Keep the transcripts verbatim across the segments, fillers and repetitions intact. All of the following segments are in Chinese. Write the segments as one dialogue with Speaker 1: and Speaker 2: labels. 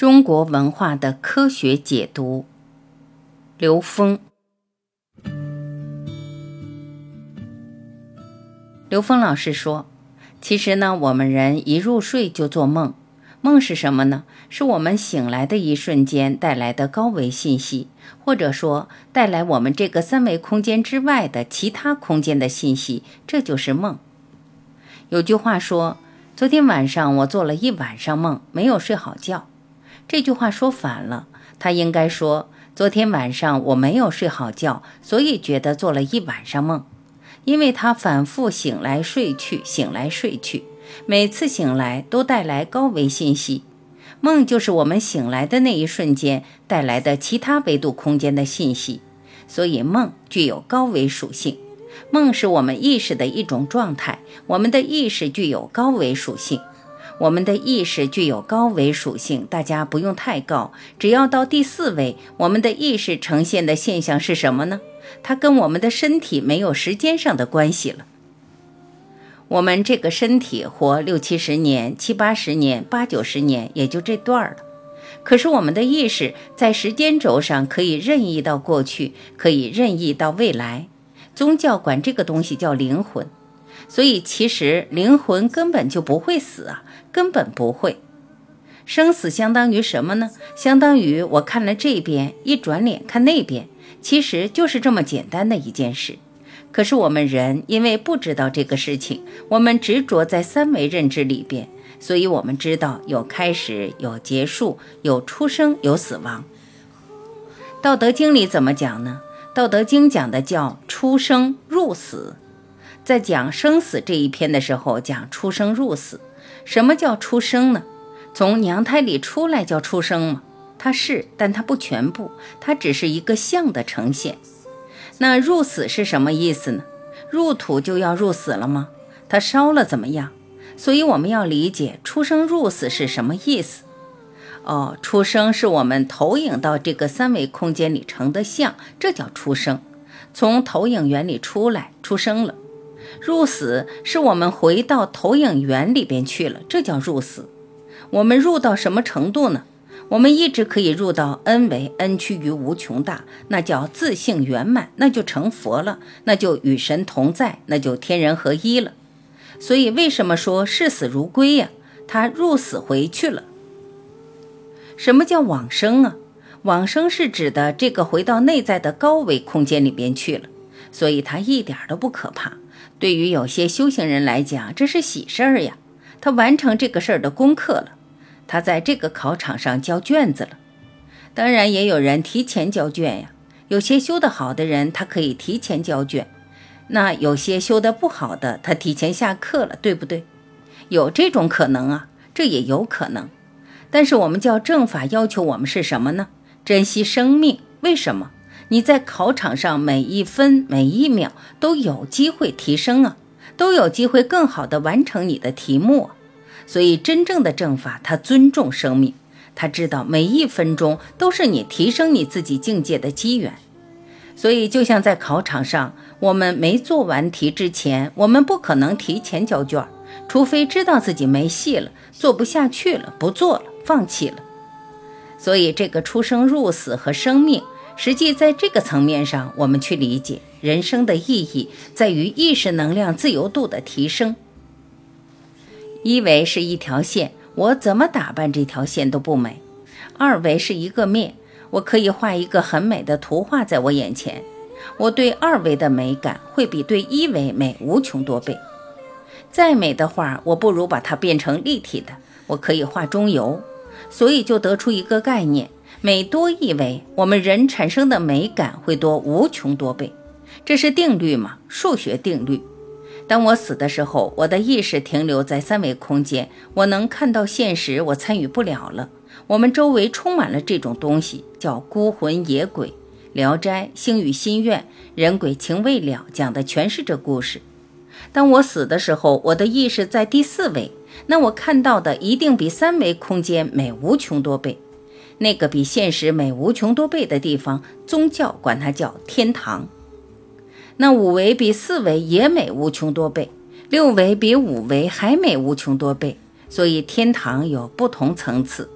Speaker 1: 中国文化的科学解读。刘峰。刘峰老师说，其实呢，我们人一入睡就做梦，梦是什么呢？是我们醒来的一瞬间带来的高维信息，或者说带来我们这个三维空间之外的其他空间的信息，这就是梦。有句话说，昨天晚上我做了一晚上梦，没有睡好觉。这句话说反了，他应该说，昨天晚上我没有睡好觉，所以觉得做了一晚上梦。因为他反复醒来睡去，醒来睡去，每次醒来都带来高维信息。梦就是我们醒来的那一瞬间带来的其他维度空间的信息，所以梦具有高维属性。梦是我们意识的一种状态，我们的意识具有高维属性。我们的意识具有高维属性，大家不用太高，只要到第四维，我们的意识呈现的现象是什么呢？它跟我们的身体没有时间上的关系了。我们这个身体活六七十年、七八十年、八九十年，也就这段了。可是我们的意识在时间轴上可以任意到过去，可以任意到未来。宗教管这个东西叫灵魂。所以其实灵魂根本就不会死啊，根本不会。生死相当于什么呢？相当于我看了这边，一转脸看那边，其实就是这么简单的一件事。可是我们人因为不知道这个事情，我们执着在三维认知里边，所以我们知道有开始，有结束，有出生，有死亡。道德经里怎么讲呢？道德经讲的叫出生入死。在讲生死这一篇的时候，讲出生入死。什么叫出生呢？从娘胎里出来叫出生吗？它是，但它不全部，它只是一个相的呈现。那入死是什么意思呢？入土就要入死了吗？它烧了怎么样？所以我们要理解出生入死是什么意思。哦，出生是我们投影到这个三维空间里成的相，这叫出生。从投影源里出来，出生了。入死是我们回到投影源里边去了，这叫入死。我们入到什么程度呢？我们一直可以入到 N 维 N 趋于无穷大，那叫自性圆满，那就成佛了，那就与神同在，那就天人合一了。所以为什么说视死如归呀？他入死回去了。什么叫往生啊？往生是指的这个回到内在的高维空间里边去了，所以它一点都不可怕。对于有些修行人来讲，这是喜事儿呀，他完成这个事儿的功课了，他在这个考场上交卷子了。当然也有人提前交卷呀，有些修得好的人他可以提前交卷，那有些修得不好的他提前下课了，对不对？有这种可能啊，这也有可能。但是我们教正法要求我们是什么呢？珍惜生命。为什么？你在考场上每一分每一秒都有机会提升啊，都有机会更好地完成你的题目啊。所以真正的正法，他尊重生命，他知道每一分钟都是你提升你自己境界的机缘。所以就像在考场上，我们没做完题之前，我们不可能提前交卷，除非知道自己没戏了，做不下去了，不做了，放弃了。所以这个出生入死和生命，实际在这个层面上，我们去理解人生的意义在于意识能量自由度的提升。一维是一条线，我怎么打扮这条线都不美。二维是一个面，我可以画一个很美的图画在我眼前，我对二维的美感会比对一维美无穷多倍。再美的画，我不如把它变成立体的，我可以画中游。所以就得出一个概念，每多一维，我们人产生的美感会多无穷多倍。这是定律嘛？数学定律。当我死的时候，我的意识停留在三维空间，我能看到现实，我参与不了了。我们周围充满了这种东西，叫孤魂野鬼。聊斋、星语心愿、人鬼情未了，讲的全是这故事。当我死的时候，我的意识在第四维，那我看到的一定比三维空间美无穷多倍。那个比现实美无穷多倍的地方，宗教管它叫天堂。那五维比四维也美无穷多倍，六维比五维还美无穷多倍，所以天堂有不同层次。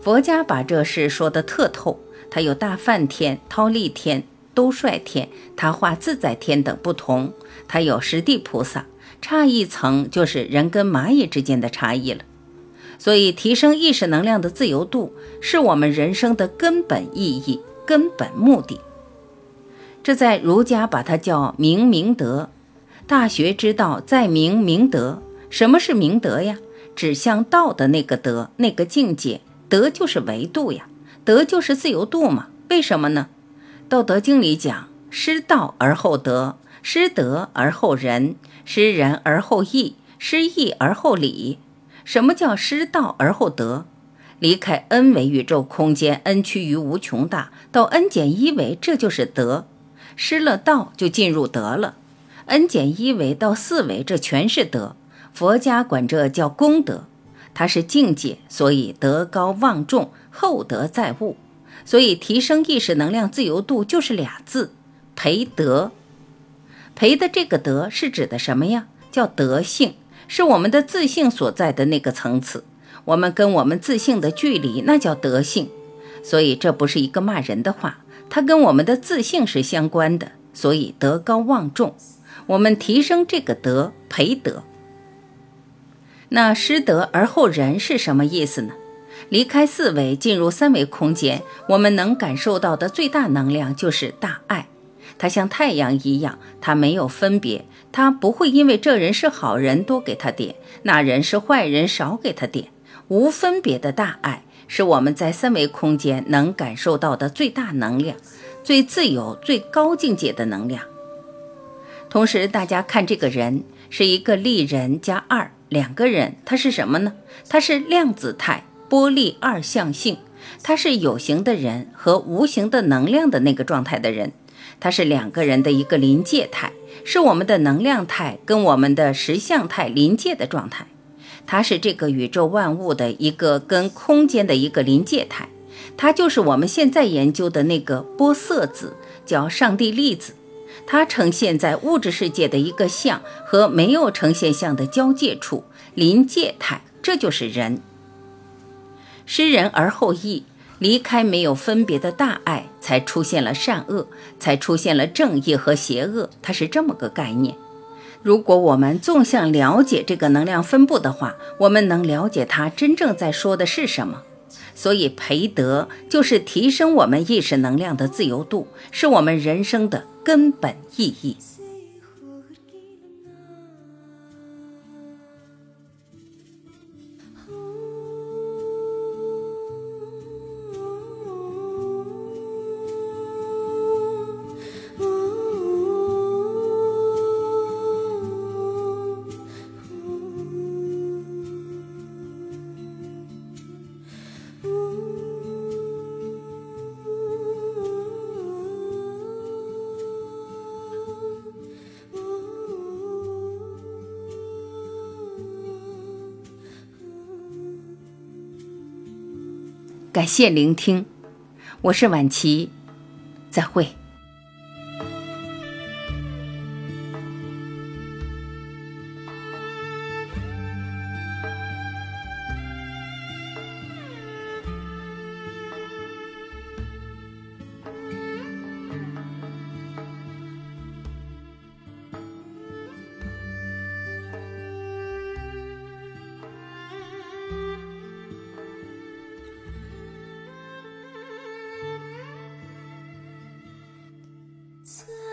Speaker 1: 佛家把这事说得特透，它有大梵天、忉利天、兜率天、他化自在天等不同，它有十地菩萨，差一层就是人跟蚂蚁之间的差异了。所以提升意识能量的自由度是我们人生的根本意义、根本目的。这在儒家把它叫明明德。大学之道在明明德。什么是明德呀？指向道的那个德，那个境界。德就是维度呀，德就是自由度嘛。为什么呢？道德经里讲，失道而后德，失德而后仁，失仁而后义，失义而后礼。什么叫失道而后德？离开 n 维宇宙空间 n 趋于无穷大，到 n 减一维，这就是德。失了道就进入德了。n 减一维到四维，这全是德。佛家管这叫功德，它是境界，所以德高望重，厚德载物。所以提升意识能量自由度就是俩字，培德。培的这个德是指的什么呀？叫德性，是我们的自性所在的那个层次。我们跟我们自性的距离，那叫德性。所以这不是一个骂人的话，它跟我们的自性是相关的，所以德高望重。我们提升这个德，培德。那失德而后仁是什么意思呢？离开四维进入三维空间，我们能感受到的最大能量就是大爱。它像太阳一样，它没有分别，它不会因为这人是好人多给他点，那人是坏人少给他点。无分别的大爱是我们在三维空间能感受到的最大能量，最自由、最高境界的能量。同时大家看这个人是一个立人加二，两个人，它是什么呢？它是量子态波粒二象性，它是有形的人和无形的能量的那个状态的人，它是两个人的一个临界态，是我们的能量态跟我们的实相态临界的状态。它是这个宇宙万物的一个跟空间的一个临界态，它就是我们现在研究的那个波色子，叫上帝粒子。它呈现在物质世界的一个相和没有呈现相的交界处，临界态，这就是人。失仁而后义，离开没有分别的大爱，才出现了善恶，才出现了正义和邪恶，它是这么个概念。如果我们纵向了解这个能量分布的话，我们能了解它真正在说的是什么。所以培德就是提升我们意识能量的自由度，是我们人生的根本意义。感谢聆听，我是婉琪，再会。
Speaker 2: 在